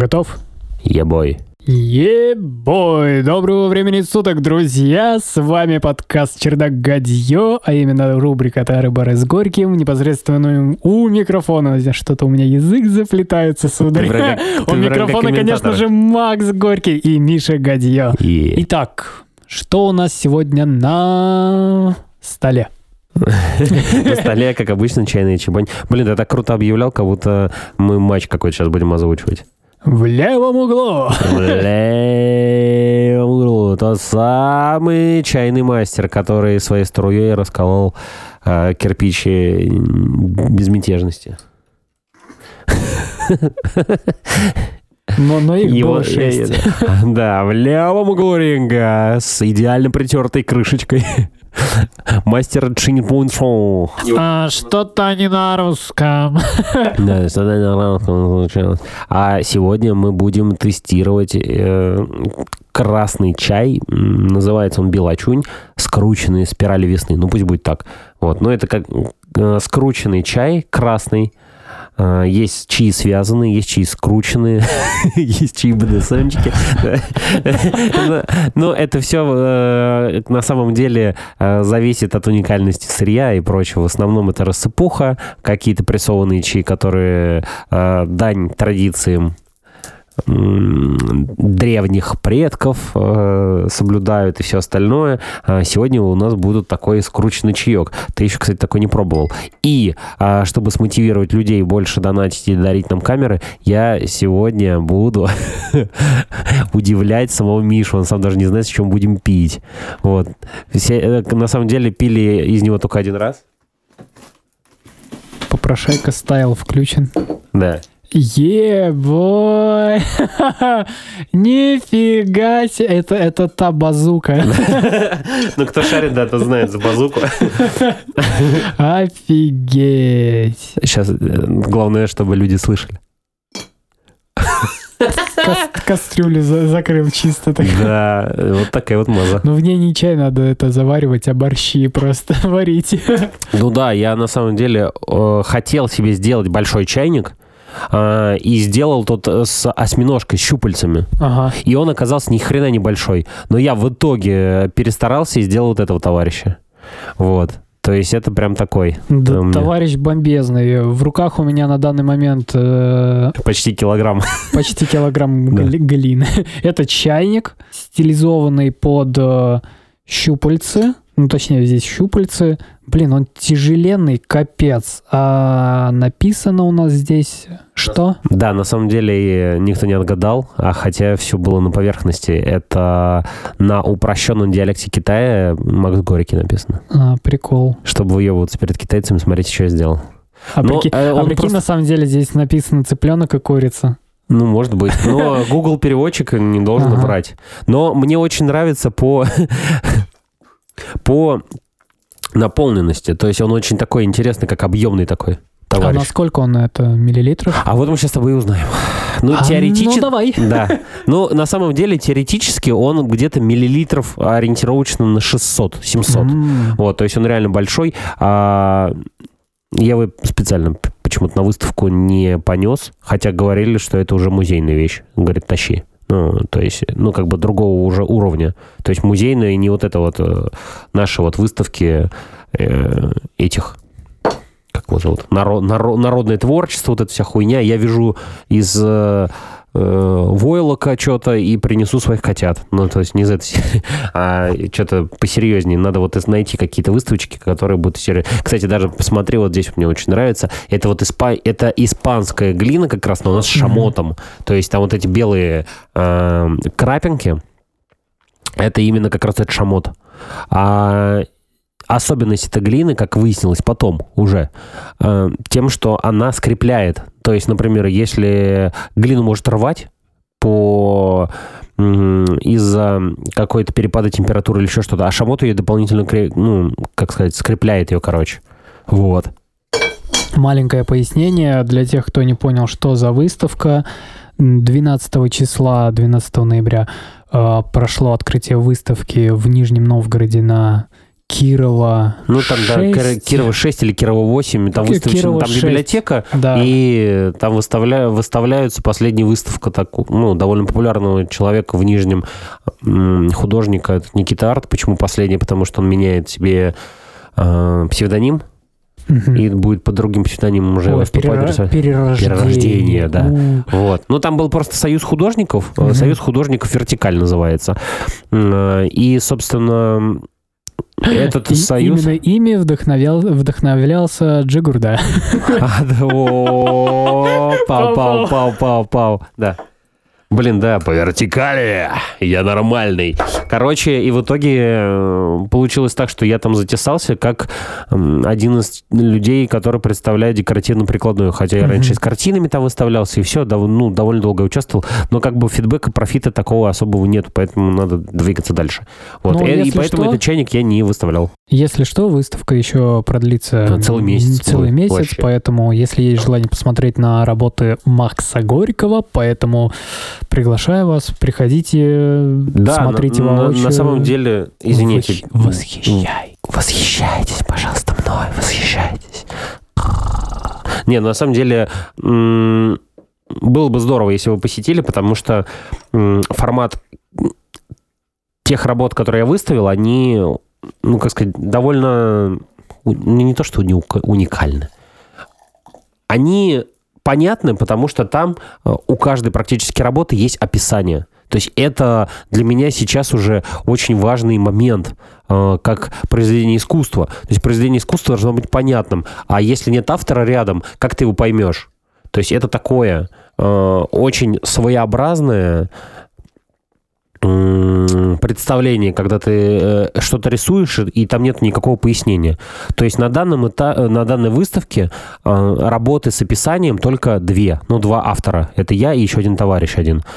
Готов? Ебой. Ебой! Доброго времени суток, друзья! С вами подкаст «Чердак Гадье», а именно рубрика «Тары-бары с Горьким», непосредственно у микрофона. Что-то у меня язык заплетается, сударь. У микрофона, конечно же, Макс Горький и Миша Гадье. Итак, что у нас сегодня на столе? На столе, как обычно, чайная чебань. Блин, ты так круто объявлял, как будто мы матч какой-то сейчас будем озвучивать. В левом углу. В левом углу. Тот самый чайный мастер, который своей струей расколол кирпичи безмятежности. Но их было 6. Да, в левом углу ринга с идеально притертой крышечкой. Мастер Чин-Пун Шоу. Что-то не на русском. Да, что-то не на русском случилось. А сегодня мы будем тестировать красный чай. Называется он белочунь. Скрученные спирали весны. Ну, пусть будет так. Вот. Но это как скрученный чай красный. Есть чаи связанные, есть чаи скрученные, есть чаи БДСМчики. Но это все на самом деле зависит от уникальности сырья и прочего. В основном это рассыпуха, какие-то прессованные чаи, которые дань традициям древних предков соблюдают и все остальное. Сегодня у нас будут такой скрученный чаек. Ты еще, кстати, такой не пробовал. И чтобы смотивировать людей больше донатить и дарить нам камеры, я сегодня буду удивлять самого Мишу. Он сам даже не знает, с чем будем пить. Вот. Все, на самом деле пили из него только один раз. Попрошайка стайл включен. Да. Ебой! Нифига себе! Это та базука. Ну, кто шарит, да, тот знает за базуку. Офигеть! Сейчас главное, чтобы люди слышали. Кастрюлю закрыл чисто так. Да, вот такая вот маза. Ну, в ней не чай надо это заваривать, а борщи просто варить. Ну да, я на самом деле хотел себе сделать большой чайник, и сделал тот с осьминожкой, с щупальцами. Ага. И он оказался ни хрена небольшой. Но я в итоге перестарался и сделал вот этого товарища. Вот. То есть это прям такой. Да, товарищ бомбезный. В руках у меня на данный момент... Почти килограмм. Почти килограмм глины. Это чайник, стилизованный под щупальцы. Ну, точнее, здесь щупальцы. Блин, он тяжеленный, капец. А написано у нас здесь что? Да, на самом деле никто не отгадал, хотя все было на поверхности. Это на упрощенном диалекте Китая Макс Горький написано. Прикол. Чтобы выебываться перед китайцами, смотрите, что я сделал. Прикинь, просто... на самом деле здесь написано цыпленок и курица. Ну, может быть. Но Google переводчик не должен врать. Но мне очень нравится по наполненности. То есть он очень такой интересный, как объемный такой товарищ. А насколько он это миллилитров? А вот мы сейчас с тобой узнаем. Ну, теоретически... Ну, давай. Да. Ну, на самом деле, теоретически он где-то миллилитров ориентировочно на 600-700. Вот, то есть он реально большой. Я его специально почему-то на выставку не понес, хотя говорили, что это уже музейная вещь. Говорит, тащи. Ну, то есть, ну, как бы другого уже уровня. То есть музейные, не вот это вот наши вот выставки этих, как его зовут, народное творчество, вот эта вся хуйня. Я вяжу из войлока что-то и принесу своих котят. Ну, то есть не из этой, а что-то посерьезнее. Надо вот найти какие-то выставочки, которые будут серьезные. Кстати, даже посмотри, вот здесь мне очень нравится. Это вот это испанская глина как раз, но у нас с шамотом. То есть там вот эти белые крапинки, это именно как раз этот шамот. А особенность этой глины, как выяснилось потом уже, тем, что она скрепляет. То есть, например, если глину может рвать из-за какой-то перепада температуры или еще что-то, а шамот ее дополнительно, скрепляет ее, короче. Вот. Маленькое пояснение для тех, кто не понял, что за выставка. 12 ноября прошло открытие выставки в Нижнем Новгороде на Кирова. Ну, там, 6. Да, Кирова 6 или Кирова 8, там выставочная, там библиотека, да. И там выставляются последняя выставка довольно популярного человека в Нижнем, художника, это Никита Арт. Почему последний? Потому что он меняет себе псевдоним, и будет под другим псевдонимом уже выступать. Перерождение, да. Вот. Ну, там был просто Союз художников. Союз художников «Вертикаль» называется. И, собственно, этот союз... Именно ими вдохновлялся Джигурда. Пау. Да. Блин, да, по вертикали, я нормальный. Короче, и в итоге получилось так, что я там затесался как один из людей, который представляет декоративно-прикладную. Хотя я раньше с картинами там выставлялся, и все, довольно долго участвовал. Но как бы фидбэка, профита такого особого нет, поэтому надо двигаться дальше. Вот. И поэтому этот чайник я не выставлял. Если что, выставка еще продлится целый месяц. Вообще. Поэтому, если есть желание посмотреть на работы Макса Горького, поэтому приглашаю вас, приходите, смотрите воочию. На самом деле, извините. Восхищайтесь, пожалуйста, мной, восхищайтесь. Не, на самом деле, было бы здорово, если вы посетили, потому что формат тех работ, которые я выставил, они, довольно, не то что уникальны. Они понятны, потому что там у каждой практически работы есть описание. То есть это для меня сейчас уже очень важный момент, как произведение искусства. То есть произведение искусства должно быть понятным. А если нет автора рядом, как ты его поймешь? То есть это такое очень своеобразное представление, когда ты что-то рисуешь, и там нет никакого пояснения. То есть на данной выставке работы с описанием только два автора. Это я и еще один товарищ.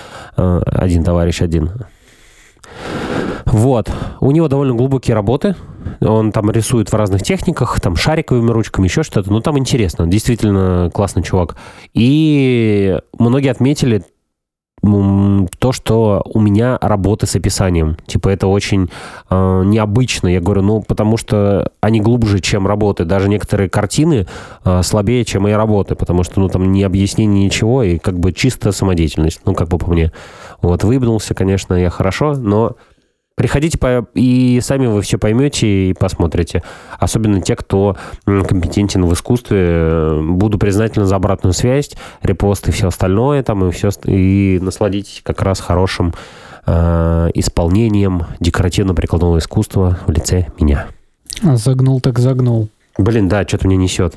Вот. У него довольно глубокие работы. Он там рисует в разных техниках, там шариковыми ручками, еще что-то. Ну, там интересно. Действительно классный чувак. И многие отметили то, что у меня работы с описанием. Типа это очень необычно. Я говорю, потому что они глубже, чем работы. Даже некоторые картины слабее, чем мои работы, потому что, там не объяснение ничего, и как бы чисто самодеятельность. Как бы по мне. Вот, выебнулся, конечно, я хорошо, но приходите, и сами вы все поймете и посмотрите. Особенно те, кто компетентен в искусстве. Буду признателен за обратную связь, репосты и все остальное. И насладитесь как раз хорошим исполнением декоративно-прикладного искусства в лице меня. Загнул так загнул. Блин, да, что-то мне несет.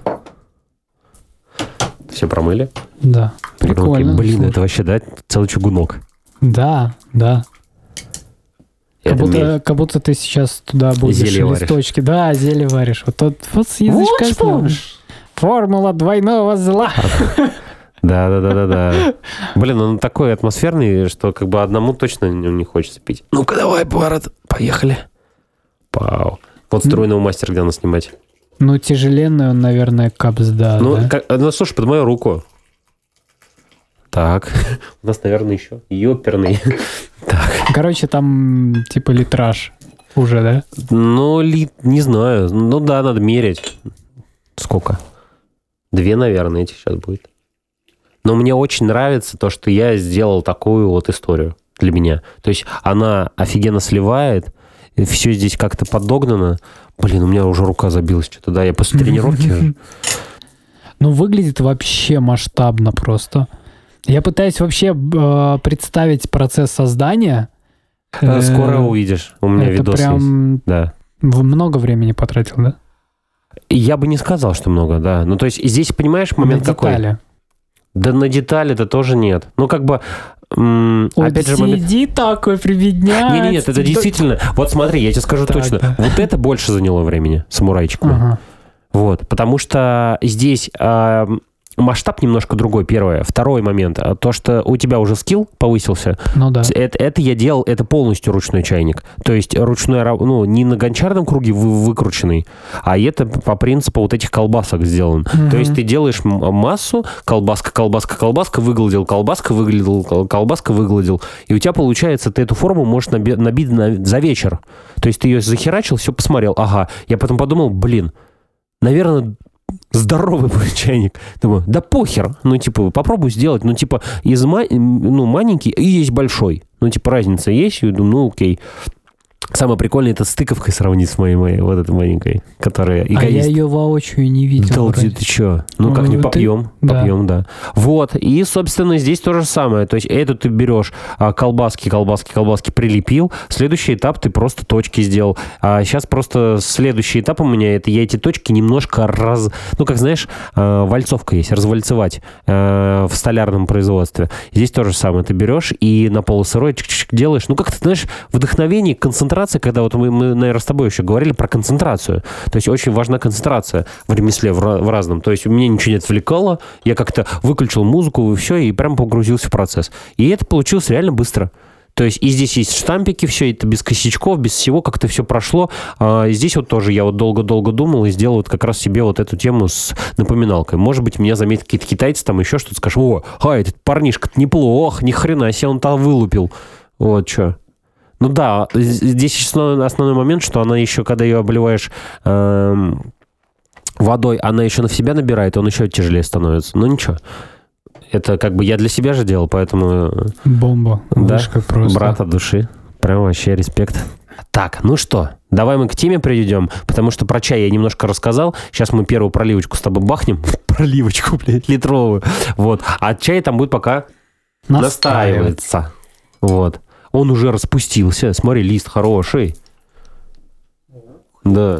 Все промыли? Да, прикольно. Блин, это вообще, да, целый чугунок. Да. Как будто ты сейчас туда будешь листочки. Да, зелье варишь. Вот с язычка. Формула двойного зла. Да. Блин, он такой атмосферный, что как бы одному точно не хочется пить. Ну-ка давай, Барат, поехали. Пау. Вот стройного мастера где нас снимать. Тяжеленный он, наверное, капс, да. Слушай, под мою руку. Так, у нас, наверное, еще ёперный. Так. Короче, там типа литраж уже, да? Не знаю. Да, надо мерять. Сколько? 2, наверное, эти сейчас будет. Но мне очень нравится то, что я сделал такую вот историю для меня. То есть она офигенно сливает, все здесь как-то подогнано. Блин, у меня уже рука забилась что-то, да, я после тренировки. Выглядит вообще масштабно просто. Я пытаюсь вообще представить процесс создания. Скоро увидишь. У меня видос прям есть. Да. Много времени потратил, да? Я бы не сказал, что много, да. То есть здесь, понимаешь, момент какой? На детали. Да на детали-то тоже нет. Опять же, сиди такой, прибедняется. Нет, это действительно... Вот смотри, я тебе скажу точно. Да. Вот это больше заняло времени самурайчиками. Ага. Вот, потому что здесь... масштаб немножко другой, первое. Второй момент, то, что у тебя уже скилл повысился. Ну да. Это я делал, это полностью ручной чайник. То есть ручной, ну, не на гончарном круге выкрученный, а это по принципу вот этих колбасок сделан. То есть ты делаешь массу, колбаска, выгладил, колбаска, выгладил. И у тебя получается, ты эту форму можешь набить за вечер. То есть ты ее захерачил, все посмотрел. Ага. Я потом подумал, наверное, здоровый будет чайник. Думаю, да похер. Ну, типа, попробуй сделать. Ну, типа, маленький и есть большой. Ну, типа, разница есть. И думаю, ну, окей. Самое прикольное, это с тыковкой сравнить с моей вот этой маленькой, которая эгоист. Я ее воочию не видел. Да, ты что? Ну, как-нибудь попьем, да. Вот, и, собственно, здесь то же самое. То есть, эту ты берешь, колбаски прилепил. Следующий этап ты просто точки сделал. А сейчас просто следующий этап у меня, это я эти точки немножко ну, как знаешь, вальцовка есть, развальцевать в столярном производстве. Здесь то же самое. Ты берешь и на полусырой делаешь. Ну, как ты, знаешь, вдохновение, концентрация, когда вот мы, наверное, с тобой еще говорили про концентрацию. То есть очень важна концентрация в ремесле, в разном. То есть у меня ничего не отвлекало, я как-то выключил музыку и все, и прям погрузился в процесс. И это получилось реально быстро. То есть и здесь есть штампики, все это без косячков, без всего, как-то все прошло. И здесь вот тоже я вот долго-долго думал и сделал вот как раз себе вот эту тему с напоминалкой. Может быть, меня заметят какие-то китайцы, там еще что-то, скажут, этот парнишка-то неплох, ни хрена себе он там вылупил. Вот что. Ну да, здесь основной момент, что она еще, когда ее обливаешь водой, она еще на себя набирает, он еще тяжелее становится. Ну ничего. Это как бы я для себя же делал, поэтому... Бомба. Да, брат от души. Прям вообще респект. Так, ну что, давай мы к теме перейдем, потому что про чай я немножко рассказал. Сейчас мы первую проливочку с тобой бахнем. Проливочку, блядь, литровую. Вот. А чай там будет пока настаиваться. Вот. Он уже распустился. Смотри, лист хороший. Да.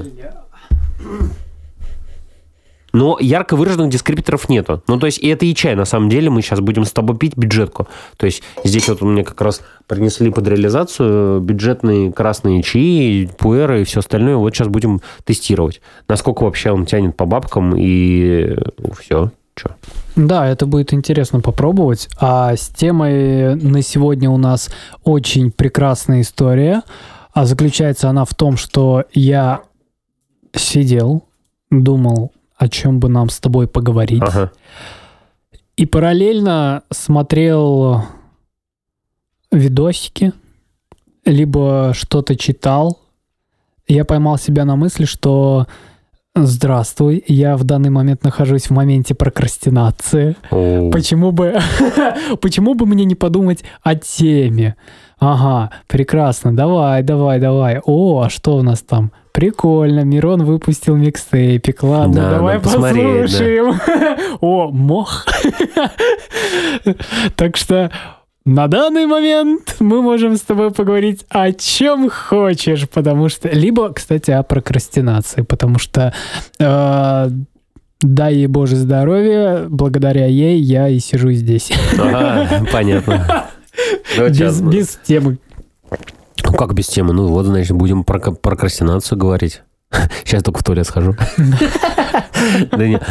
Но ярко выраженных дескрипторов нету. Ну, то есть, и это и чай, на самом деле. Мы сейчас будем с тобой пить бюджетку. То есть, здесь вот мне как раз принесли под реализацию бюджетные красные чаи, пуэры и все остальное. Вот сейчас будем тестировать. Насколько вообще он тянет по бабкам и все. Че? Да, это будет интересно попробовать. А с темой на сегодня у нас очень прекрасная история. А заключается она в том, что я сидел, думал, о чем бы нам с тобой поговорить. Ага. И параллельно смотрел видосики, либо что-то читал. Я поймал себя на мысли, что здравствуй, я в данный момент нахожусь в моменте прокрастинации. Почему бы мне не подумать о теме? Ага, прекрасно, давай. О, а что у нас там? Прикольно, Мирон выпустил микстейпик. Ладно, да, давай послушаем. Да. О, мох. Так что на данный момент мы можем с тобой поговорить о чем хочешь, потому что... Либо, кстати, о прокрастинации, потому что, дай ей Боже здоровья, благодаря ей я и сижу здесь. Ага, понятно. Без темы. Ну, как без темы? Ну, вот, значит, будем про прокрастинацию говорить. Сейчас только в туалет схожу. Да нет,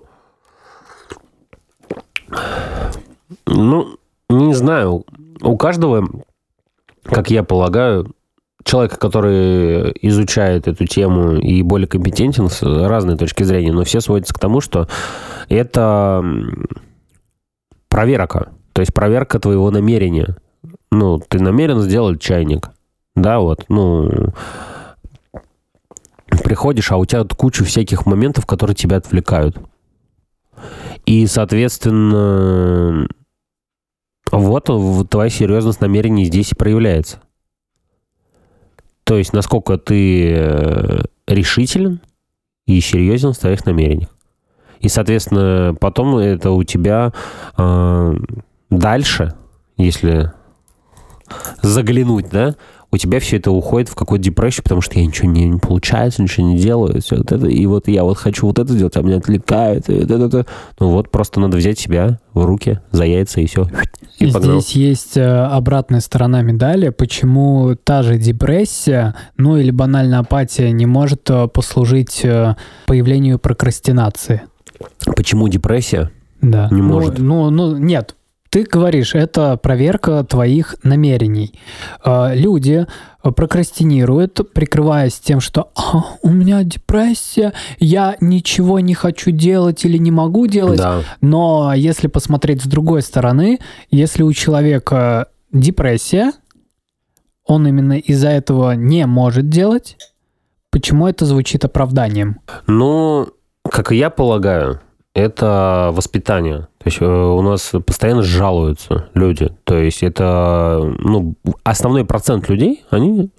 не знаю. У каждого, как я полагаю, человека, который изучает эту тему и более компетентен с разной точки зрения, но все сводятся к тому, что это проверка. То есть проверка твоего намерения. Ну, ты намерен сделать чайник. Да, вот, приходишь, а у тебя куча всяких моментов, которые тебя отвлекают. И, соответственно, вот твоя серьезность намерений здесь и проявляется. То есть, насколько ты решителен и серьезен в своих намерениях. И, соответственно, потом это у тебя дальше, если заглянуть, да, у тебя все это уходит в какую-то депрессию, потому что я ничего не получается, ничего не делаю, все вот это, и вот я вот хочу вот это сделать, а меня отвлекает, и это. Ну вот, просто надо взять себя в руки за яйца, и все. И здесь есть обратная сторона медали, почему та же депрессия, ну или банальная апатия не может послужить появлению прокрастинации. Почему депрессия? Да. Не может. Нет. Ты говоришь, это проверка твоих намерений. Люди прокрастинируют, прикрываясь тем, что у меня депрессия, я ничего не хочу делать или не могу делать. Да. Но если посмотреть с другой стороны, если у человека депрессия, он именно из-за этого не может делать, почему это звучит оправданием? Ну, как и я полагаю, это воспитание. То есть у нас постоянно жалуются люди. То есть это, основной процент людей, они...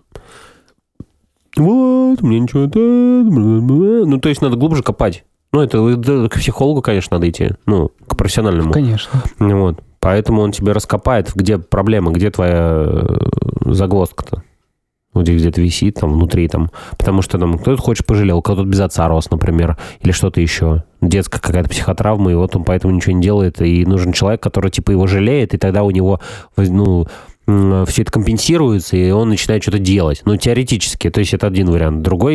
Вот, мне ничего... Ну, то есть надо глубже копать. Это к психологу, конечно, надо идти. К профессиональному. Конечно. Вот. Поэтому он тебе раскопает, где проблема, где твоя загвоздка-то. Где-то висит там внутри, там, потому что там кто-то хочет пожалел, кто-то без отца рос, например, или что-то еще. Детская какая-то психотравма, и вот он поэтому ничего не делает, и нужен человек, который типа его жалеет, и тогда у него, все это компенсируется, и он начинает что-то делать. Теоретически, то есть это один вариант. Другой,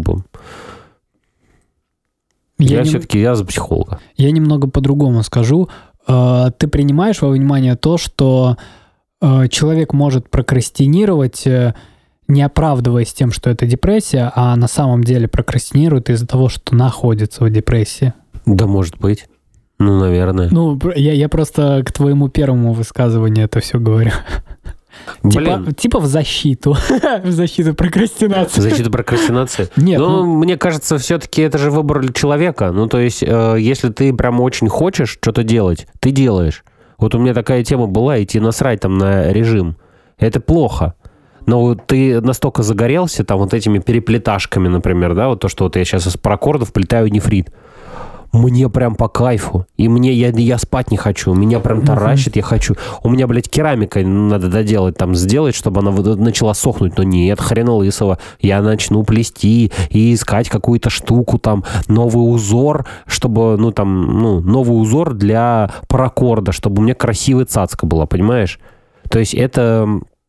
я за психолога. Я немного по-другому скажу. Ты принимаешь во внимание то, что человек может прокрастинировать, не оправдываясь тем, что это депрессия, а на самом деле прокрастинирует из-за того, что находится в депрессии? Да, может быть. Наверное. Я просто к твоему первому высказыванию это все говорю. Типа в защиту. В защиту прокрастинации. В защиту прокрастинации? Нет. Мне кажется, все-таки это же выбор человека. То есть, если ты прям очень хочешь что-то делать, ты делаешь. Вот у меня такая тема была, идти насрать там на режим. Это плохо. Но ты настолько загорелся там вот этими переплеташками, например, да, вот то, что вот я сейчас из паракордов плетаю нефрит. Мне прям по кайфу. И я спать не хочу. Меня прям таращит, я хочу. У меня, блядь, керамика надо доделать, там, сделать, чтобы она начала сохнуть. Но нет, хрена лысого. Я начну плести и искать какую-то штуку, там, новый узор, чтобы, новый узор для паракорда, чтобы у меня красивая цацка была, понимаешь? То есть это...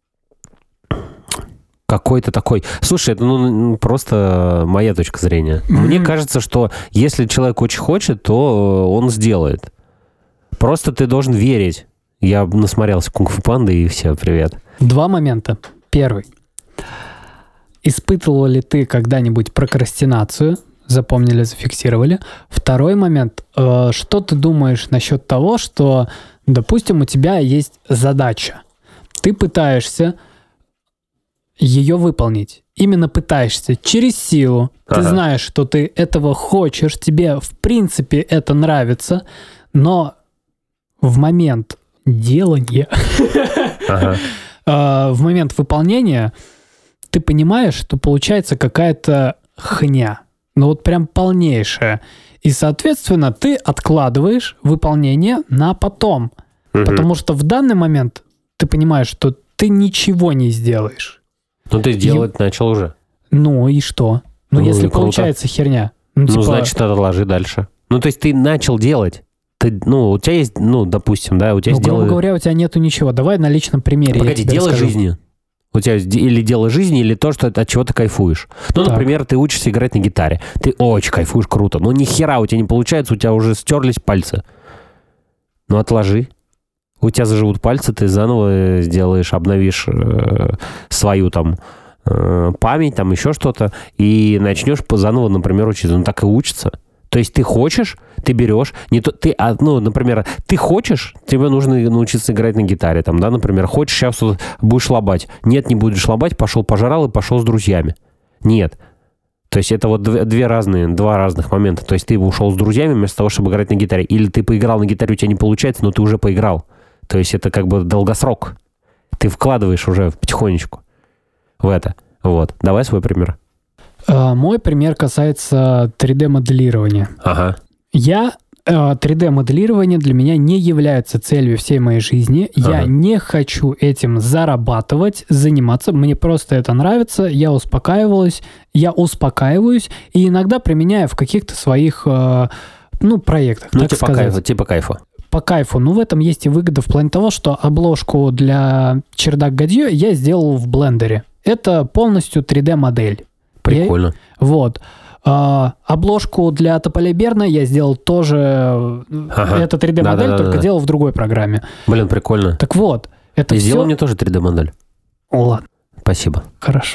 какой-то такой... Слушай, это просто моя точка зрения. Мне кажется, что если человек очень хочет, то он сделает. Просто ты должен верить. Я насмотрелся Кунг-фу Панды, и все, привет. 2 момента. Первый. Испытывал ли ты когда-нибудь прокрастинацию? Запомнили, зафиксировали. 2 момент. Что ты думаешь насчет того, что, допустим, у тебя есть задача. Ты пытаешься ее выполнить. Именно пытаешься через силу. Ты знаешь, что ты этого хочешь, тебе в принципе это нравится, но в момент делания, в момент выполнения ты понимаешь, что получается какая-то хня. Прям полнейшая. И, соответственно, ты откладываешь выполнение на потом. Потому что в данный момент ты понимаешь, что ты ничего не сделаешь. Ты делать начал уже. И что? Если получается херня. Значит, отложи дальше. То есть ты начал делать. У тебя есть, допустим, да, у тебя есть дело... грубо говоря, у тебя нету ничего. Давай на личном примере. Погоди, дело жизни. У тебя или дело жизни, или то, что от чего ты кайфуешь. Например, ты учишься играть на гитаре. Ты очень кайфуешь, круто. Но ни хера у тебя не получается, у тебя уже стерлись пальцы. Отложи. У тебя заживут пальцы, ты заново сделаешь, обновишь свою там память, там еще что-то, и начнешь заново, например, учиться. Так и учится. То есть ты хочешь, ты берешь, например, ты хочешь, тебе нужно научиться играть на гитаре, там, да, например, хочешь, сейчас будешь лобать. Нет, не будешь лобать, пошел пожрал и пошел с друзьями. Нет. То есть это вот два разных момента. То есть ты ушел с друзьями вместо того, чтобы играть на гитаре. Или ты поиграл на гитаре, у тебя не получается, но ты уже поиграл. То есть это как бы долгосрок. Ты вкладываешь уже потихонечку в это. Вот. Давай свой пример. Мой пример касается 3D-моделирования. 3D-моделирование для меня не является целью всей моей жизни. Я не хочу этим зарабатывать, заниматься. Мне просто это нравится. Я успокаиваюсь, и иногда применяю в каких-то своих проектах. Типа кайфа. По кайфу. В этом есть и выгода в плане того, что обложку для Чердак Гадье я сделал в блендере. Это полностью 3D-модель. Прикольно. Обложку для Тополя Берна я сделал тоже, это 3D-модель, только делал в другой программе. Блин, прикольно. Так вот, это все... Сделай мне тоже 3D-модель. Ладно. Спасибо. Хорошо.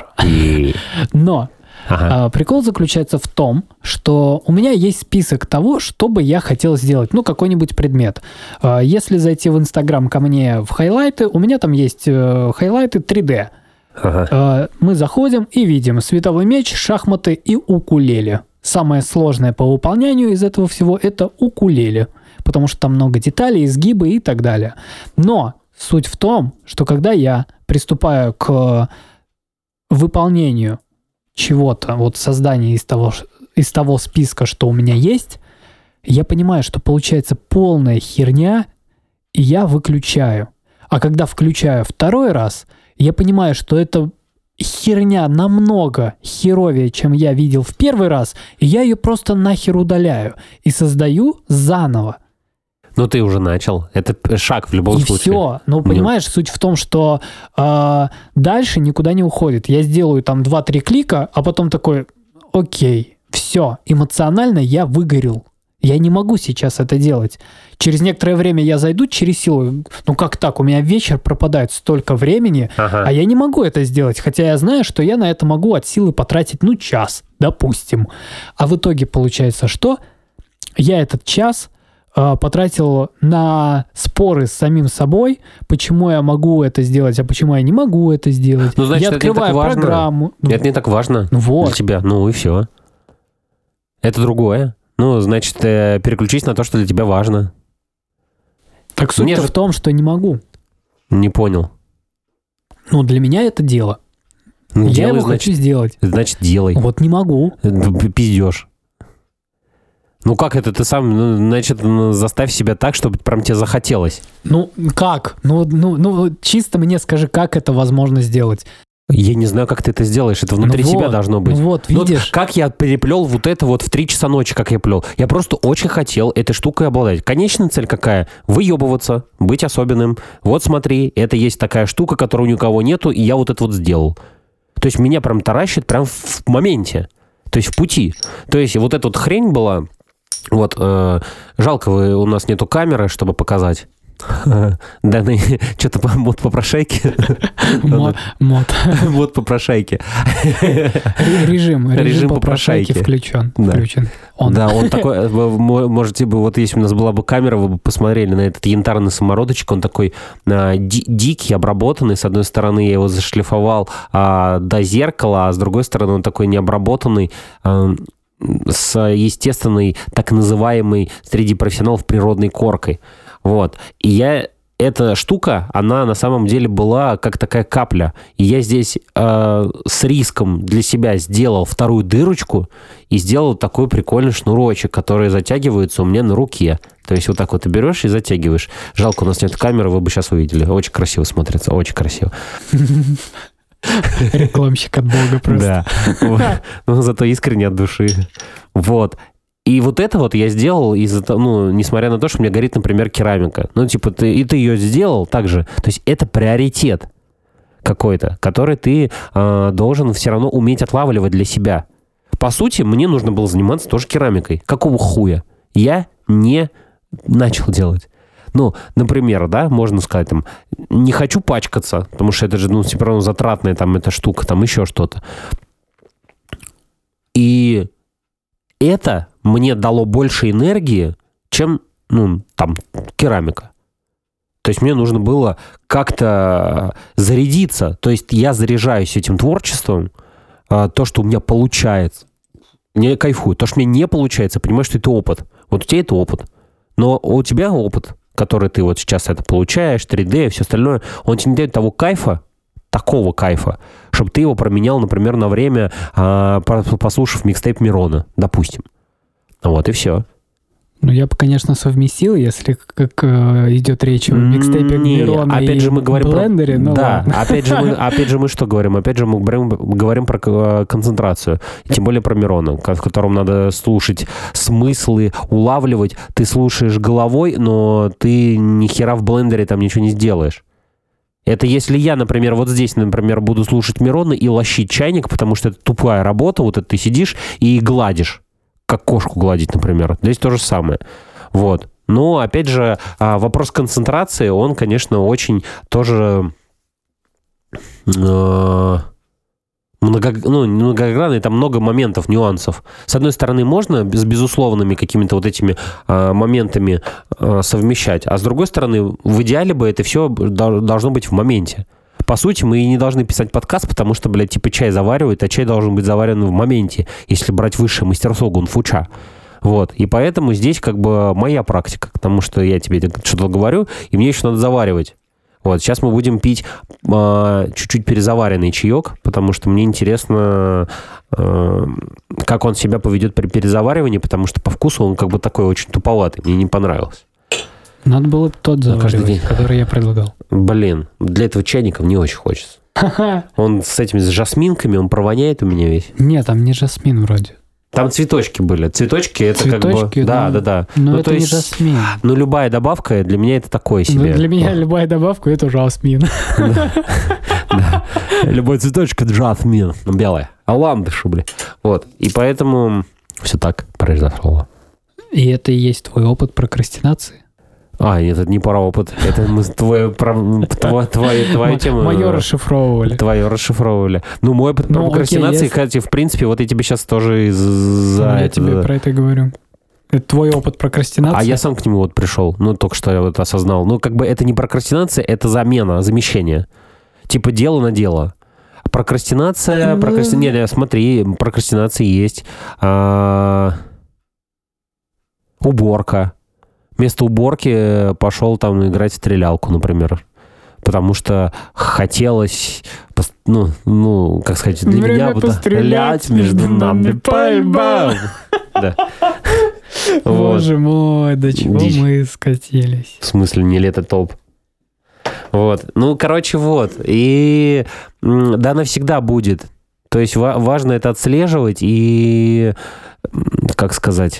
Но прикол заключается в том, что у меня есть список того, что бы я хотел сделать. Ну, какой-нибудь предмет. Если зайти в Инстаграм ко мне в хайлайты, у меня там есть хайлайты 3D. Мы заходим и видим световой меч, шахматы и укулеле. Самое сложное по выполнению из этого всего – это укулеле, потому что там много деталей, изгибы и так далее. Но суть в том, что когда я приступаю к выполнению чего-то, вот создания из того списка, что у меня есть, я понимаю, что получается полная херня, и я выключаю. А когда включаю второй раз, я понимаю, что это херня намного херовее, чем я видел в первый раз, и я ее просто нахер удаляю и создаю заново. Ну, ты уже начал. Это шаг в любом случае. И все. Ну, понимаешь, суть в том, что дальше никуда не уходит. Я сделаю там 2-3 клика, а потом такой, окей, все, эмоционально я выгорел. Я не могу сейчас это делать. Через некоторое время я зайду через силу. Ну как так? У меня вечер пропадает столько времени, а я не могу это сделать. Хотя я знаю, что я на это могу от силы потратить, час, допустим. А в итоге получается, что я этот час потратил на споры с самим собой, почему я могу это сделать, а почему я не могу это сделать. Ну, значит, я открываю программу. Это не так важно вот. Для тебя. Ну и все. Это другое. Ну, значит, переключись на то, что для тебя важно. Так суть в том, что не могу. Не понял. Ну, для меня это дело. Ну, я его хочу сделать. Значит, делай. Вот не могу. Пиздешь. Ну, как это ты сам, значит, заставь себя так, чтобы прям тебе захотелось. Ну, как? Ну, чисто мне скажи, как это возможно сделать. Я не знаю, как ты это сделаешь. Это внутри себя должно быть. Вот, видишь. Вот как я переплел вот это вот в 3 часа ночи, как я плел. Я просто очень хотел этой штукой обладать. Конечная цель какая? Выебываться, быть особенным. Вот смотри, это есть такая штука, которой никого нету, и я вот это вот сделал. То есть меня прям таращит прям в моменте. То есть в пути. То есть вот эта вот хрень была. Вот, жалко, у нас нету камеры, чтобы показать. Да, что-то мод попрошайки. Мод попрошайки. Режим попрошайки включен. Да, он такой, можете бы, вот если у нас была бы камера, вы бы посмотрели на этот янтарный самородочек, он такой дикий, обработанный, с одной стороны я его зашлифовал до зеркала, а с другой стороны он такой необработанный, с естественной, так называемой среди профессионалов природной коркой. Вот. И эта штука, она на самом деле была как такая капля. И я здесь с риском для себя сделал вторую дырочку и сделал такой прикольный шнурочек, который затягивается у меня на руке. То есть вот так вот ты берешь и затягиваешь. Жалко, у нас нет камеры, вы бы сейчас увидели. Очень красиво смотрится, очень красиво. Рекламщик от Бога просто. Да. Но зато искренне от души. Вот. И вот это вот я сделал, несмотря на то, что у меня горит, например, керамика. Ну, типа, ты ее сделал так же. То есть это приоритет какой-то, который ты должен все равно уметь отлавливать для себя. По сути, мне нужно было заниматься тоже керамикой. Какого хуя? Я не начал делать. Ну, например, да, можно сказать, там, не хочу пачкаться, потому что это же, все равно затратная там эта штука, там еще что-то. И это мне дало больше энергии, чем, там, керамика. То есть мне нужно было как-то зарядиться. То есть я заряжаюсь этим творчеством, то, что у меня получается. Я кайфую. То, что у меня не получается, понимаю, что это опыт. Вот у тебя это опыт. Но у тебя опыт, который ты вот сейчас это получаешь, 3D и все остальное, он тебе не дает того кайфа, такого кайфа, чтобы ты его променял, например, на время, послушав микстейп Мирона, допустим. Вот и все. Ну, я бы, конечно, совместил, если как идет речь о микстейпе Мирона опять же мы говорим блендере. Да, опять же мы что говорим? Опять же мы говорим про концентрацию. Тем более про Мирона, в котором надо слушать смыслы, улавливать. Ты слушаешь головой, но ты ни хера в блендере там ничего не сделаешь. Это если я, например, вот здесь, например, буду слушать Мирона и лощить чайник, потому что это тупая работа, вот это ты сидишь и гладишь, как кошку гладить, например. Здесь то же самое. Вот. Но, опять же, вопрос концентрации, он, конечно, очень тоже многогранный, там много моментов, нюансов. С одной стороны, можно с безусловными какими-то вот этими моментами совмещать, а с другой стороны, в идеале бы это все должно быть в моменте. По сути, мы и не должны писать подкаст, потому что, блядь, типа чай заваривают, а чай должен быть заварен в моменте, если брать высшее мастерство гунфуча. Вот. И поэтому здесь как бы моя практика, потому что я тебе что-то говорю, и мне еще надо заваривать. Вот. Сейчас мы будем пить чуть-чуть перезаваренный чаек, потому что мне интересно, как он себя поведет при перезаваривании, потому что по вкусу он как бы такой очень туповатый, мне не понравился. Надо было тот заваривать, который я предлагал. Блин, для этого чайника не очень хочется. Он с этими с жасминками, он провоняет у меня весь. Нет, там не жасмин вроде. Там цветочки были. Цветочки это цветочки, как бы... Да. Но ну, это не жасмин. Ну, любая добавка для меня это такое себе. Ну, для меня любая добавка это жасмин. Любой цветочек это жасмин. Белая. А ландыш, блин. Вот. И поэтому все так произошло. И это и есть твой опыт прокрастинации? Нет, это не про опыт. Это мы твою тему... Мое расшифровывали. Твое расшифровывали. Ну, мой опыт прокрастинации, кстати, в принципе, вот я тебе сейчас тоже Я тебе про это говорю. Это твой опыт прокрастинации? А я сам к нему вот пришел. Ну, только что я вот осознал. Ну, как бы это не прокрастинация, это замена, замещение. Типа дело на дело. Прокрастинация... Нет, смотри, прокрастинация есть. Уборка. Вместо уборки пошел там играть в стрелялку, например. Потому что хотелось, как сказать, для меня пострелять между нами пальба. Да. Боже мой, до чего мы скатились. В смысле, не лето топ. Вот. Ну, короче, вот. И да, она всегда будет. То есть важно это отслеживать и, как сказать...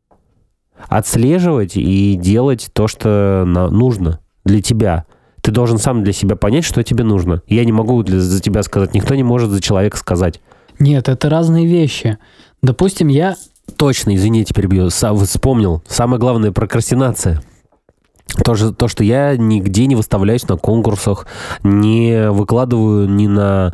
отслеживать и делать то, что нужно для тебя. Ты должен сам для себя понять, что тебе нужно. Я не могу за тебя сказать. Никто не может за человека сказать. Нет, это разные вещи. Допустим, я... Точно, извините, перебью. Вспомнил. Самое главное — прокрастинация. То, что я нигде не выставляюсь на конкурсах, не выкладываю ни на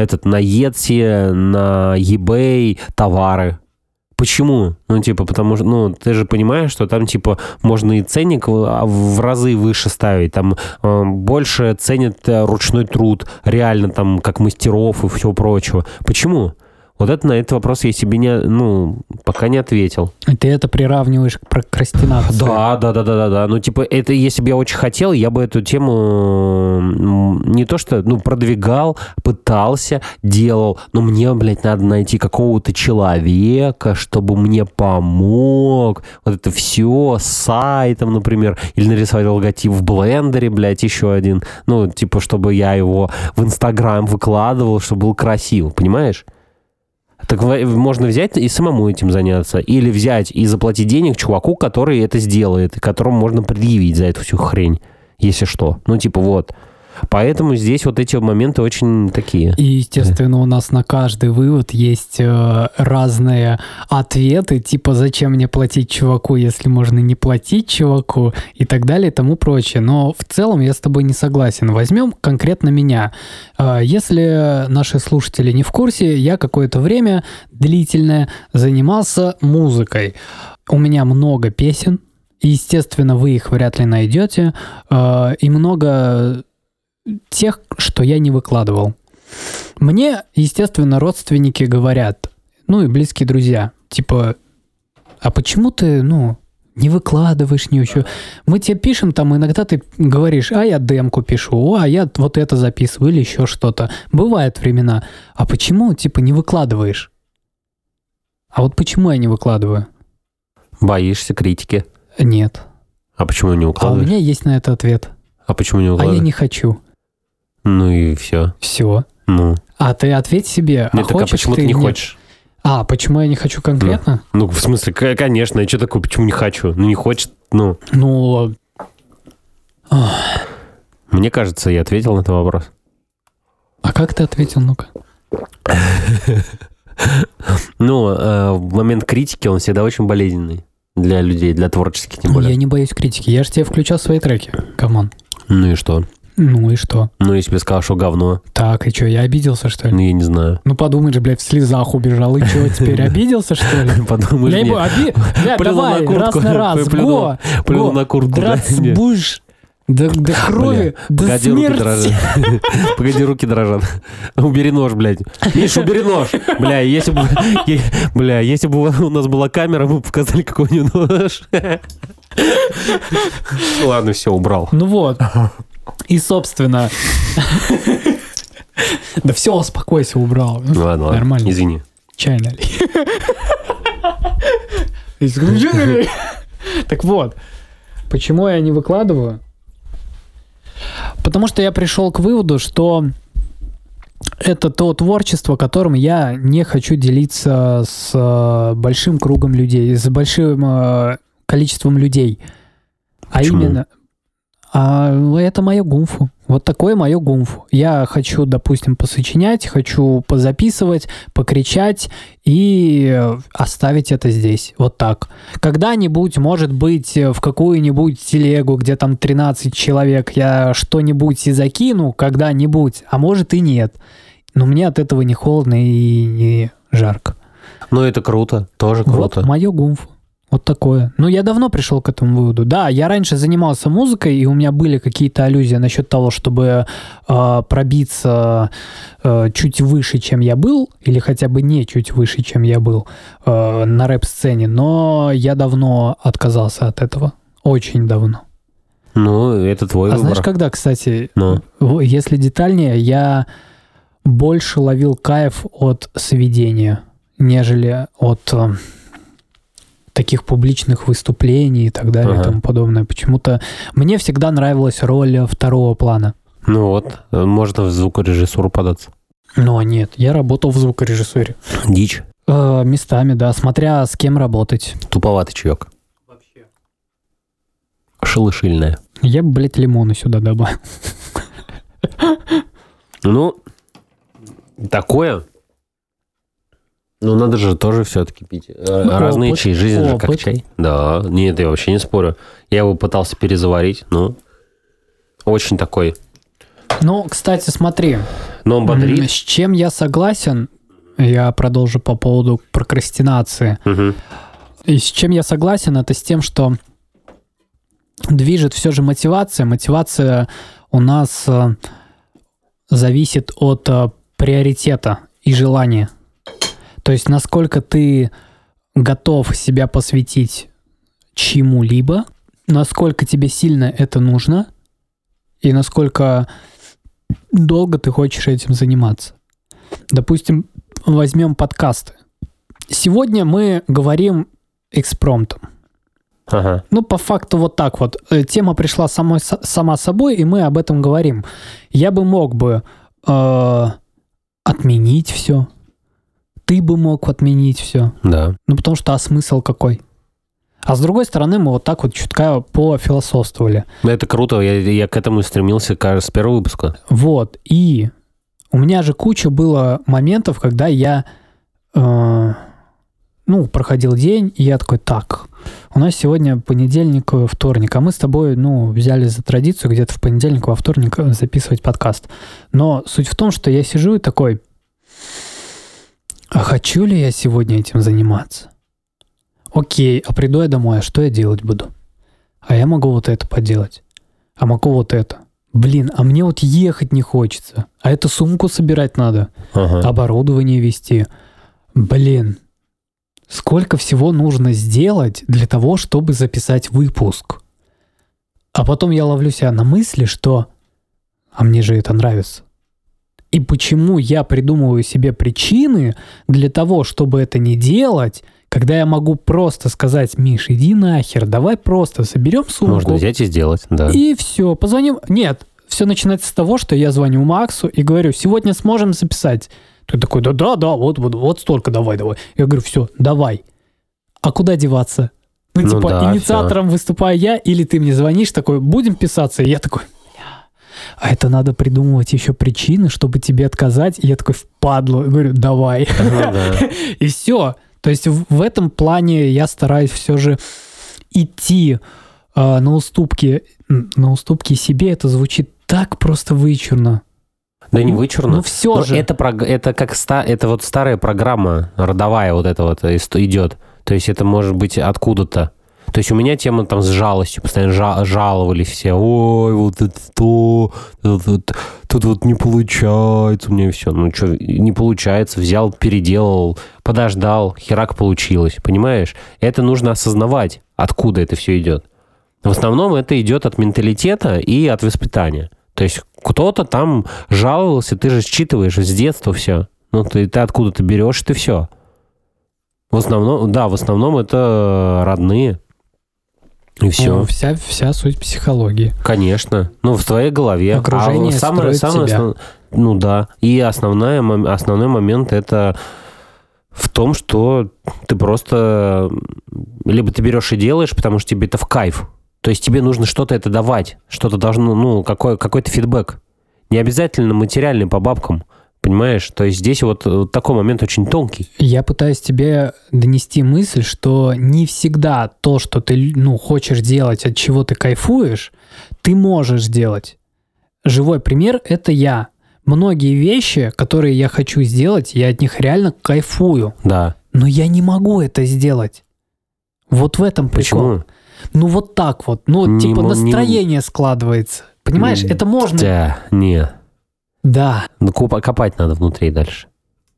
Etsy, на eBay товары. Почему? Потому что, ты же понимаешь, что там, можно и ценник в разы выше ставить, там больше ценят ручной труд, реально, там, как мастеров и всего прочего. Почему? Вот на этот вопрос я себе пока не ответил. И ты это приравниваешь к прокрастинации? Да. Это если бы я очень хотел, я бы эту тему не то что, продвигал, пытался, делал, но мне, блядь, надо найти какого-то человека, чтобы мне помог. Вот это все с сайтом, например, или нарисовать логотип в блендере, блядь, еще один. Чтобы я его в Инстаграм выкладывал, чтобы был красиво, понимаешь? Так можно взять и самому этим заняться. Или взять и заплатить денег чуваку, который это сделает, и которому можно предъявить за эту всю хрень, если что. Вот. Поэтому здесь вот эти моменты очень такие. И, естественно, у нас на каждый вывод есть разные ответы, зачем мне платить чуваку, если можно не платить чуваку, и так далее, и тому прочее. Но в целом я с тобой не согласен. Возьмем конкретно меня. Если наши слушатели не в курсе, я какое-то время длительное занимался музыкой. У меня много песен, и, естественно, вы их вряд ли найдете, и много... тех, что я не выкладывал. Мне, естественно, родственники говорят, и близкие друзья, а почему ты, не выкладываешь ничего? Мы тебе пишем, иногда ты говоришь, я демку пишу, я вот это записываю или еще что-то. Бывают времена. А почему, не выкладываешь? А вот почему я не выкладываю? Боишься критики? Нет. А почему не выкладываешь? А у меня есть на это ответ. А почему не выкладываешь? А я не хочу. Ну и все. Все. Ну. А ты ответь себе. Нет, так почему ты не хочешь? Почему я не хочу конкретно? В смысле, конечно. И что такое, почему не хочу? Не хочет, Мне кажется, я ответил на этот вопрос. А как ты ответил, ну-ка? Ну, в момент критики он всегда очень болезненный для людей, для творческих тем более. Я не боюсь критики, я же тебе включал свои треки, камон. Ну и что? Ну и что? Ну, если бы сказал, что говно. Так, и что, я обиделся, что ли? Ну, я не знаю. Ну, подумаешь, блядь, в слезах убежал, и что, теперь обиделся, что ли? Подумаешь, Я ему блядь, давай, раз на раз, плюнул на куртку. драться будешь до крови, до Погоди, руки смерти. дрожат. Погоди, руки дрожат. Убери нож, блядь. Миш, убери нож. Бля, если бы у нас была камера, мы бы показали, какой у него нож. Ладно, все, убрал. Ну вот. И, собственно... Да все, успокойся, убрал. Ладно, нормально. Извини. Чай налей. Так вот, почему я не выкладываю? Потому что я пришел к выводу, что это то творчество, которым я не хочу делиться с большим кругом людей, с большим количеством людей. А Почему? именно... это мое гумфу. Вот такое мое гумфу. Я хочу, допустим, посочинять, хочу позаписывать, покричать и оставить это здесь. Вот так. Когда-нибудь, может быть, в какую-нибудь телегу, где там 13 человек, я что-нибудь и закину когда-нибудь, а может и нет. Но мне от этого не холодно и не жарко. Ну, это круто. Тоже круто. Вот мое гумфу. Вот такое. Ну, я давно пришел к этому выводу. Да, я раньше занимался музыкой, и у меня были какие-то аллюзии насчет того, чтобы пробиться чуть выше, чем я был, или хотя бы не чуть выше, чем я был на рэп-сцене. Но я давно отказался от этого. Очень давно. Ну, это твой выбор. Знаешь, когда, кстати, Ну. если детальнее, я больше ловил кайф от сведения, нежели от... таких публичных выступлений и так далее и тому подобное. Почему-то мне всегда нравилась роль второго плана. Ну вот, можно в звукорежиссуру податься. Но нет, я работал в звукорежиссуре. Дичь. Местами, да, смотря с кем работать. Туповатый чаек. Вообще. Шелышильная. Я бы, блядь, лимоны сюда добавил. Ну, такое... Ну, надо же тоже все-таки пить. Разные Опыт, чаи. Жизнь же как опыт. чай. Да, нет, я вообще не спорю. Я его пытался перезаварить, но очень такой. Ну, кстати, смотри. Но он бодрит. С чем я согласен, я продолжу по поводу прокрастинации. Угу. И с чем я согласен, это с тем, что движет все же мотивация. Мотивация у нас зависит от приоритета и желания. То есть, насколько ты готов себя посвятить чему-либо, насколько тебе сильно это нужно, и насколько долго ты хочешь этим заниматься. Допустим, возьмем подкасты. Сегодня мы говорим экспромтом. Ага. Ну, по факту вот так вот. Тема пришла сама собой, и мы об этом говорим. Я бы мог бы отменить все. Ты бы мог отменить все. Да. Ну, потому что, а смысл какой? А с другой стороны, мы вот так вот чутка пофилософствовали. Ну, это круто. Я к этому стремился, кажется, с первого выпуска. Вот. И у меня же куча было моментов, когда я проходил день, и я такой, так, у нас сегодня понедельник, вторник, а мы с тобой, взяли за традицию где-то в понедельник, во вторник записывать подкаст. Но суть в том, что я сижу и такой, а хочу ли я сегодня этим заниматься? Окей, а приду я домой, а что я делать буду? А я могу вот это поделать, а могу вот это. Блин, а мне вот ехать не хочется, а эту сумку собирать надо, оборудование вести. Блин, сколько всего нужно сделать для того, чтобы записать выпуск? А потом я ловлю себя на мысли, что а мне же это нравится. И почему я придумываю себе причины для того, чтобы это не делать, когда я могу просто сказать, Миш, иди нахер, давай просто соберем сумку. Можно взять и сделать, да. И все, позвоним. Нет, все начинается с того, что я звоню Максу и говорю, сегодня сможем записать? Ты такой, да, вот столько, давай. Я говорю, все, давай. А куда деваться? Да, инициатором выступаю я, или ты мне звонишь, такой, будем писаться? И я такой, а это надо придумывать еще причины, чтобы тебе отказать. И я такой впадлу, говорю, давай. И все. То есть в этом плане я стараюсь все же идти на уступки себе. Это звучит так просто вычурно. Да не вычурно. Ну все же. Это вот старая программа, родовая вот эта вот идет. То есть это может быть откуда-то. То есть у меня тема там с жалостью, постоянно жаловались все. Ой, вот это то, тут вот не получается у меня все. Ну что, не получается, взял, переделал, подождал, херак получилось, понимаешь? Это нужно осознавать, откуда это все идет. В основном это идет от менталитета и от воспитания. То есть кто-то там жаловался, ты же считываешь с детства все. Ну ты откуда-то берешь, ты все. В основном это родные. И все. Ну, вся суть психологии. Конечно. Ну, в твоей голове. Окружение строит тебя. Ну да. И основной момент это в том, что ты просто либо ты берешь и делаешь, потому что тебе это в кайф. То есть тебе нужно что-то это давать. Что-то должно, какой-то фидбэк. Не обязательно материальный по бабкам. Понимаешь? То есть здесь вот такой момент очень тонкий. Я пытаюсь тебе донести мысль, что не всегда то, что ты хочешь делать, от чего ты кайфуешь, ты можешь делать. Живой пример — это я. Многие вещи, которые я хочу сделать, я от них реально кайфую. Да. Но я не могу это сделать. Вот в этом прикол. Почему? Ну вот так вот. Настроение складывается. Понимаешь, это можно... Да, нет. Да. Ну, копать надо внутри дальше.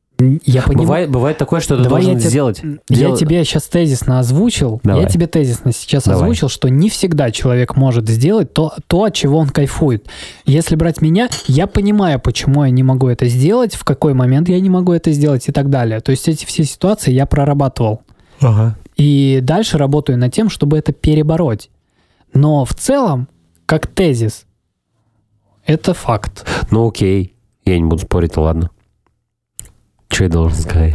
Я понимаю. Бывает такое, что ты должен сделать. Я тебе сейчас тезисно озвучил. Давай. Я тебе тезисно сейчас озвучил, что не всегда человек может сделать то, от чего он кайфует. Если брать меня, я понимаю, почему я не могу это сделать, в какой момент я не могу это сделать и так далее. То есть эти все ситуации я прорабатывал. Ага. И дальше работаю над тем, чтобы это перебороть. Но в целом, как тезис, это факт. Ну окей, я не буду спорить, ладно. Что я должен сказать?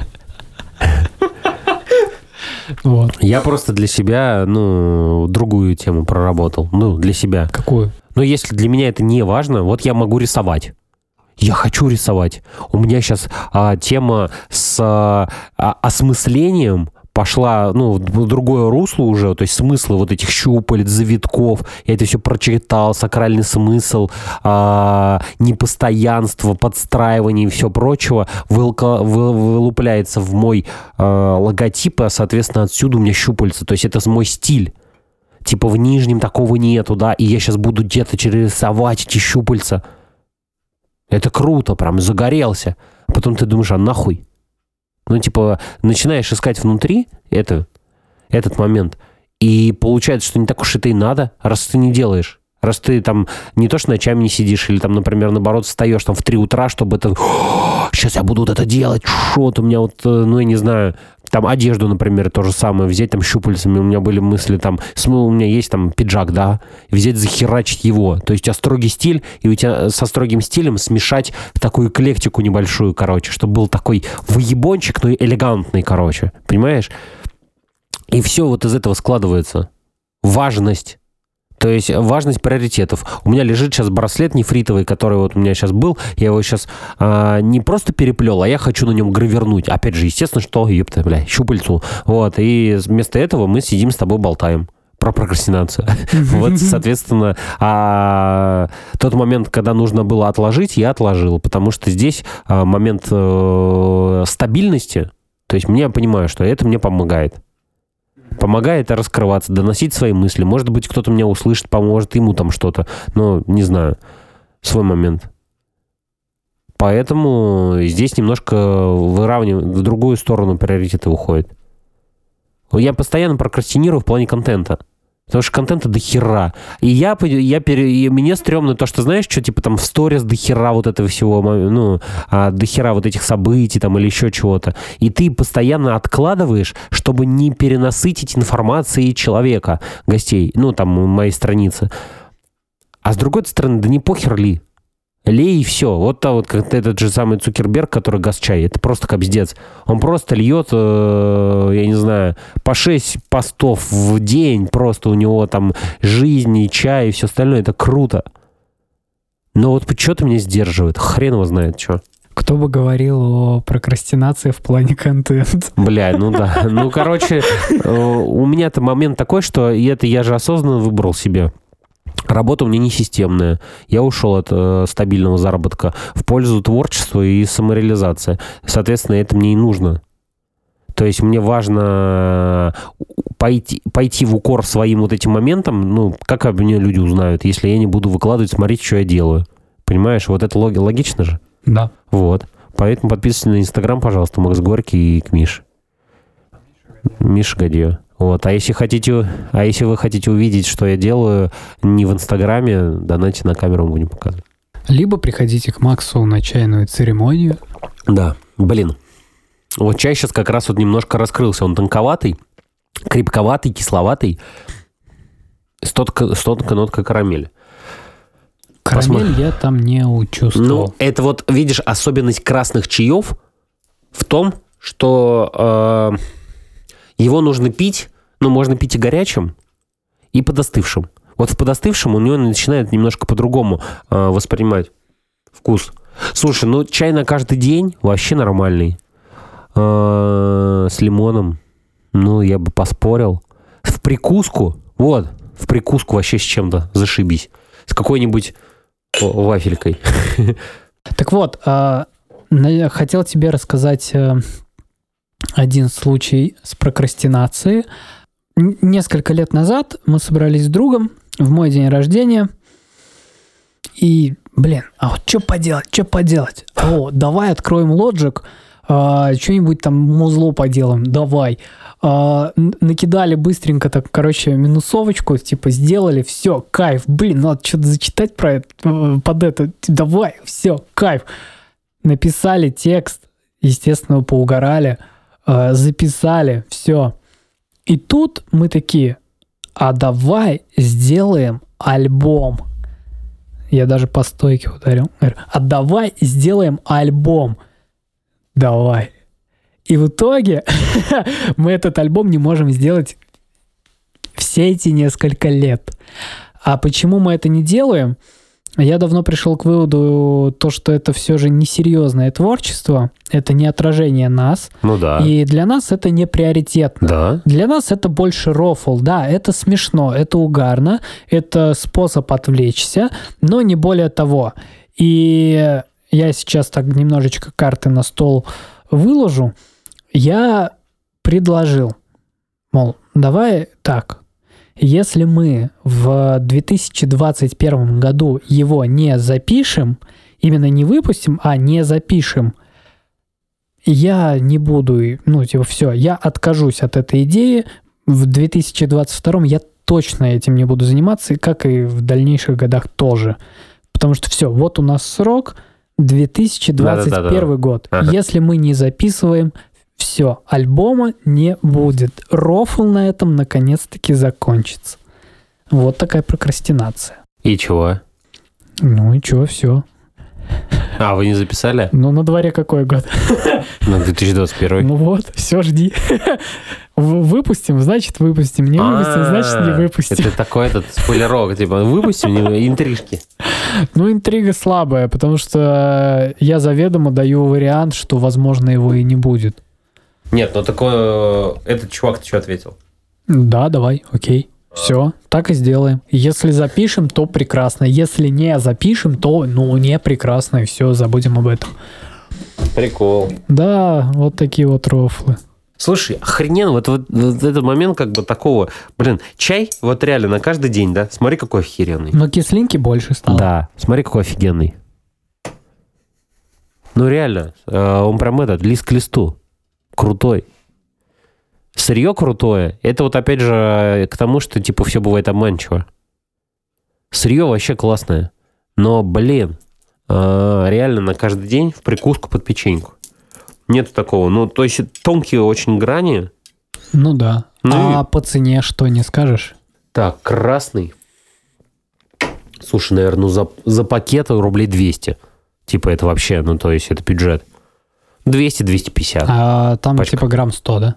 Вот. Я просто для себя, другую тему проработал. Для себя. Какую? Если для меня это не важно, вот я могу рисовать. Я хочу рисовать. У меня сейчас тема с осмыслением пошла, в другое русло уже, то есть смыслы вот этих щупалец, завитков, я это все прочитал, сакральный смысл, непостоянство, подстраивание и все прочего вылупляется в мой логотип, а, соответственно, отсюда у меня щупальца, то есть это мой стиль. Типа в нижнем такого нету, да, и я сейчас буду где-то рисовать эти щупальца. Это круто, прям загорелся. Потом ты думаешь, а нахуй? Начинаешь искать внутри этот момент, и получается, что не так уж это и надо, раз ты не делаешь. Раз ты там не то, что ночами не сидишь, или там, например, наоборот, встаешь там в 3 утра, чтобы это... Сейчас я буду вот это делать, что-то у меня я не знаю, там одежду, например, то же самое, взять там щупальцами, у меня были мысли там, у меня есть там пиджак, да, взять, захерачить его. То есть у тебя строгий стиль, и у тебя со строгим стилем смешать такую эклектику небольшую, чтобы был такой выебончик, но и элегантный, понимаешь? И все вот из этого складывается. Важность. То есть важность приоритетов. У меня лежит сейчас браслет нефритовый, который вот у меня сейчас был. Я его сейчас не просто переплел, а я хочу на нем гравернуть. Опять же, естественно, что, щупальцу. Вот. И вместо этого мы сидим с тобой болтаем про прокрастинацию. Вот, соответственно, тот момент, когда нужно было отложить, я отложил. Потому что здесь момент стабильности. То есть я понимаю, что это мне помогает. Помогает раскрываться, доносить свои мысли. Может быть, кто-то меня услышит, поможет ему там что-то. Но, не знаю, свой момент. Поэтому здесь немножко в другую сторону приоритеты уходят. Я постоянно прокрастинирую в плане контента. Потому что контента до хера. И мне стрёмно то, что, знаешь, что типа там в сторис до хера вот этого всего, до хера вот этих событий там или еще чего-то. И ты постоянно откладываешь, чтобы не перенасытить информацией человека, гостей, моей страницы. А с другой стороны, да не похер ли. Лей и все. Вот как этот же самый Цукерберг, который гасчай, это просто капздец. Он просто льет, я не знаю, по 6 постов в день, просто у него там жизнь и чай и все остальное. Это круто. Но вот что-то меня сдерживает. Хрен его знает, что. Кто бы говорил о прокрастинации в плане контента? Бля, ну да. Ну, короче, у меня-то момент такой, что я же осознанно выбрал себе. Работа у меня не системная. Я ушел от стабильного заработка в пользу творчества и самореализации. Соответственно, это мне и нужно. То есть мне важно пойти в укор своим вот этим моментам. Ну, как об мне люди узнают, если я не буду выкладывать, смотреть, что я делаю. Понимаешь? Вот это логично же? Да. Вот. Поэтому подписывайтесь на Инстаграм, пожалуйста, Макс Горький и к Мише. Миша Гадье. Вот. А если вы хотите увидеть, что я делаю не в Инстаграме, донатьте на камеру, мы будем показывать. Либо приходите к Максу на чайную церемонию. Да. Блин. Вот чай сейчас как раз вот немножко раскрылся. Он тонковатый, крепковатый, кисловатый. С тонкой ноткой карамели. Карамель я там не учувствовал. Ну, это вот, видишь, особенность красных чаев в том, что его нужно пить, ну, можно пить и горячим, и подостывшим. Вот в подостывшем у него начинает немножко по-другому воспринимать вкус. Слушай, ну, чай на каждый день вообще нормальный. С лимоном, ну, я бы поспорил. В прикуску вообще с чем-то зашибись. С какой-нибудь вафелькой. Так вот, я хотел тебе рассказать один случай с прокрастинацией. Несколько лет назад мы собрались с другом в мой день рождения. И, а вот что поделать? Давай откроем Logic, что-нибудь там музло поделаем, давай. Накидали быстренько так, минусовочку, сделали, все, кайф. Надо что-то зачитать про это, под это, давай, все, кайф. Написали текст, естественно, поугорали, записали, все. И тут мы такие, а давай сделаем альбом. Я даже по стойке ударил. Говорю, а давай сделаем альбом. Давай. И в итоге мы этот альбом не можем сделать все эти несколько лет. А почему мы это не делаем? Я давно пришел к выводу, что это все же несерьезное творчество, это не отражение нас. Ну да. И для нас это не приоритетно. Да. Для нас это больше рофл. Да, это смешно, это угарно, это способ отвлечься, но не более того. И я сейчас так немножечко карты на стол выложу. Я предложил, мол, давай так, если мы в 2021 году его не запишем, именно не выпустим, а не запишем, я не буду, все, я откажусь от этой идеи, в 2022 я точно этим не буду заниматься, как и в дальнейших годах тоже. Потому что все, вот у нас срок, 2021 год. Ага. Если мы не записываем, все, альбома не будет. Рофл на этом наконец-таки закончится. Вот такая прокрастинация. И чего? Ну и чего, все. А, вы не записали? Ну, на дворе какой год? На 2021. Ну вот, все, жди. Выпустим, значит выпустим. Не выпустим, значит не выпустим. Это такой спойлерок, выпустим, интрижки. Ну, интрига слабая, потому что я заведомо даю вариант, что, возможно, его и не будет. Нет, ну такое... Этот чувак, ты что ответил? Да, давай, окей. Все, так и сделаем. Если запишем, то прекрасно. Если не запишем, то, не прекрасно, и все, забудем об этом. Прикол. Да, вот такие вот рофлы. Слушай, охрененно, вот этот момент такого... чай вот реально на каждый день, да? Смотри, какой охеренный. Но кислинки больше стало. Да, смотри, какой офигенный. Ну реально, он прям лист к листу. Крутой. Сырье крутое. Это вот опять же к тому, что все бывает обманчиво. Сырье вообще классное. Но, реально на каждый день в прикуску под печеньку. Нету такого. То есть тонкие очень грани. Ну да. А по цене что, не скажешь? Так, красный. Слушай, наверное, за пакет рублей 200. Это вообще, то есть это бюджет. 200-250. А там пачка. грамм 100, да?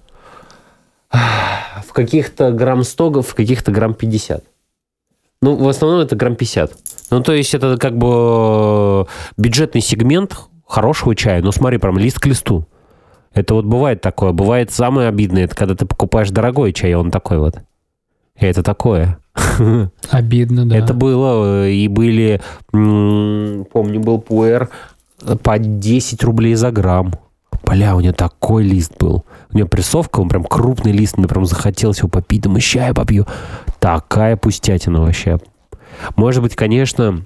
В каких-то грамм 100, в каких-то грамм 50. В основном это грамм 50. Ну, то есть это как бы бюджетный сегмент хорошего чая. Ну, смотри, прям лист к листу. Это вот бывает такое. Бывает самое обидное, это когда ты покупаешь дорогой чай, и он такой вот. И это такое. Обидно, да. Это было. И были, помню, был пуэр по 10 рублей за грамм. Бля, у него такой лист был. У него прессовка, он прям крупный лист. Мне прям захотелось его попить. Думаю, ща я попью. Такая пустятина вообще. Может быть, конечно,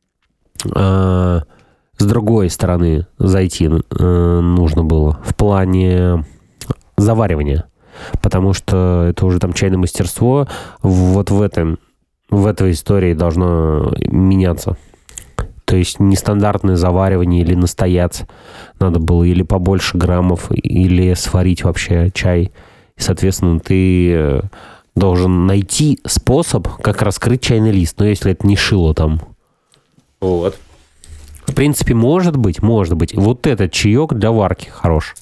с другой стороны зайти нужно было в плане заваривания. Потому что это уже там чайное мастерство. Вот в этой истории должно меняться. То есть нестандартное заваривание или настоять надо было, или побольше граммов, или сварить вообще чай. И, соответственно, ты должен найти способ, как раскрыть чайный лист. Но если это не шило там. Вот. В принципе, может быть, вот этот чаек для варки хорош.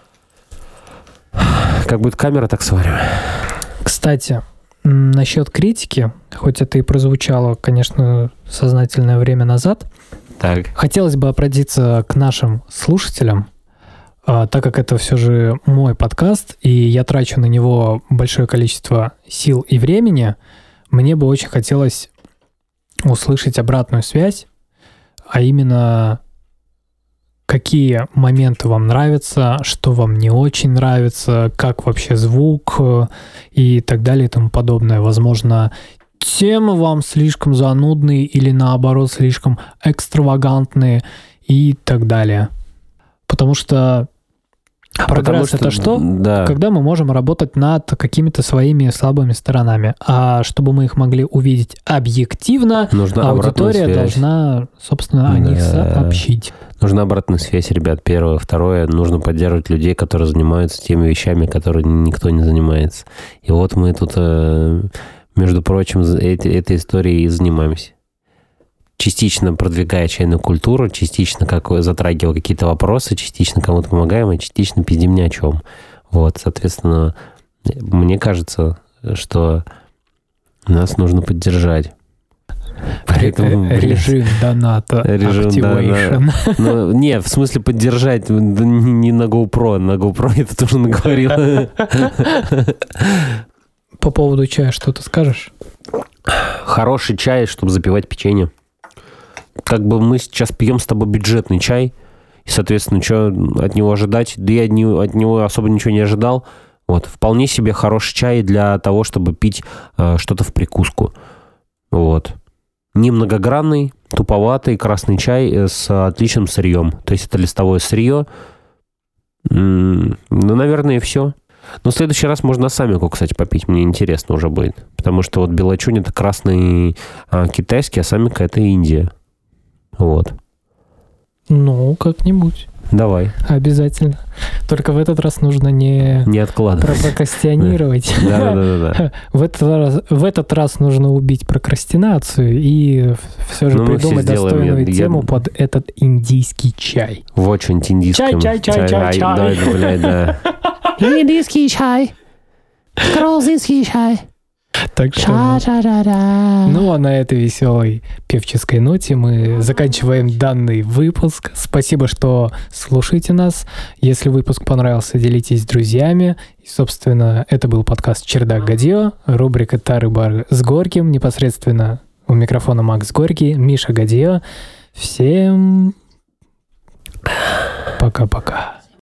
Как будет камера, так сварим. Кстати, насчет критики, хоть это и прозвучало, конечно, сознательное время назад, Так. хотелось бы обратиться к нашим слушателям, так как это все же мой подкаст, и я трачу на него большое количество сил и времени, мне бы очень хотелось услышать обратную связь, а именно какие моменты вам нравятся, что вам не очень нравится, как вообще звук и так далее и тому подобное. Возможно, темы вам слишком занудные или наоборот слишком экстравагантные и так далее. Потому что прогресс — это что? Да. Когда мы можем работать над какими-то своими слабыми сторонами. А чтобы мы их могли увидеть объективно, Нужна аудитория должна, собственно, о них сообщить. Нужна обратная связь, ребят. Первое. Второе. Нужно поддерживать людей, которые занимаются теми вещами, которые никто не занимается. И вот мы тут, между прочим, этой историей и занимаемся. Частично продвигая чайную культуру, частично затрагивая какие-то вопросы, частично кому-то помогаем, а частично пиздим ни о чем. Вот, соответственно, мне кажется, что нас нужно поддержать. Поэтому, режим доната, activation. Ну, не, в смысле поддержать не на GoPro. На GoPro я тут уже наговорил. По поводу чая что ты скажешь? Хороший чай, чтобы запивать печенье. Как бы мы сейчас пьем с тобой бюджетный чай, и, соответственно, что от него ожидать? Да я от него особо ничего не ожидал. Вот, вполне себе хороший чай для того, чтобы пить что-то в прикуску. Вот. Немногогранный, туповатый красный чай с отличным сырьем. То есть это листовое сырье. Ну, наверное, и все. Но в следующий раз можно осамику, кстати, попить. Мне интересно уже будет. Потому что вот белочунь — это красный китайский, а самика — это Индия. Вот. Ну, как-нибудь. Давай. Обязательно. Только в этот раз нужно не откладывать. Прокрастинировать. Да. В этот раз нужно убить прокрастинацию и все же придумать достойную тему под этот индийский чай. В очень индийском. Чай. Да, блядь, да. Индийский чай. Грузинский чай. Так что, ну а на этой веселой певческой ноте мы заканчиваем данный выпуск. Спасибо, что слушаете нас. Если выпуск понравился, делитесь с друзьями. И, собственно, это был подкаст «Чердак Гадье», рубрика «Тары-бары с Горьким». Непосредственно у микрофона Макс Горький, Миша Гадье. Всем пока-пока.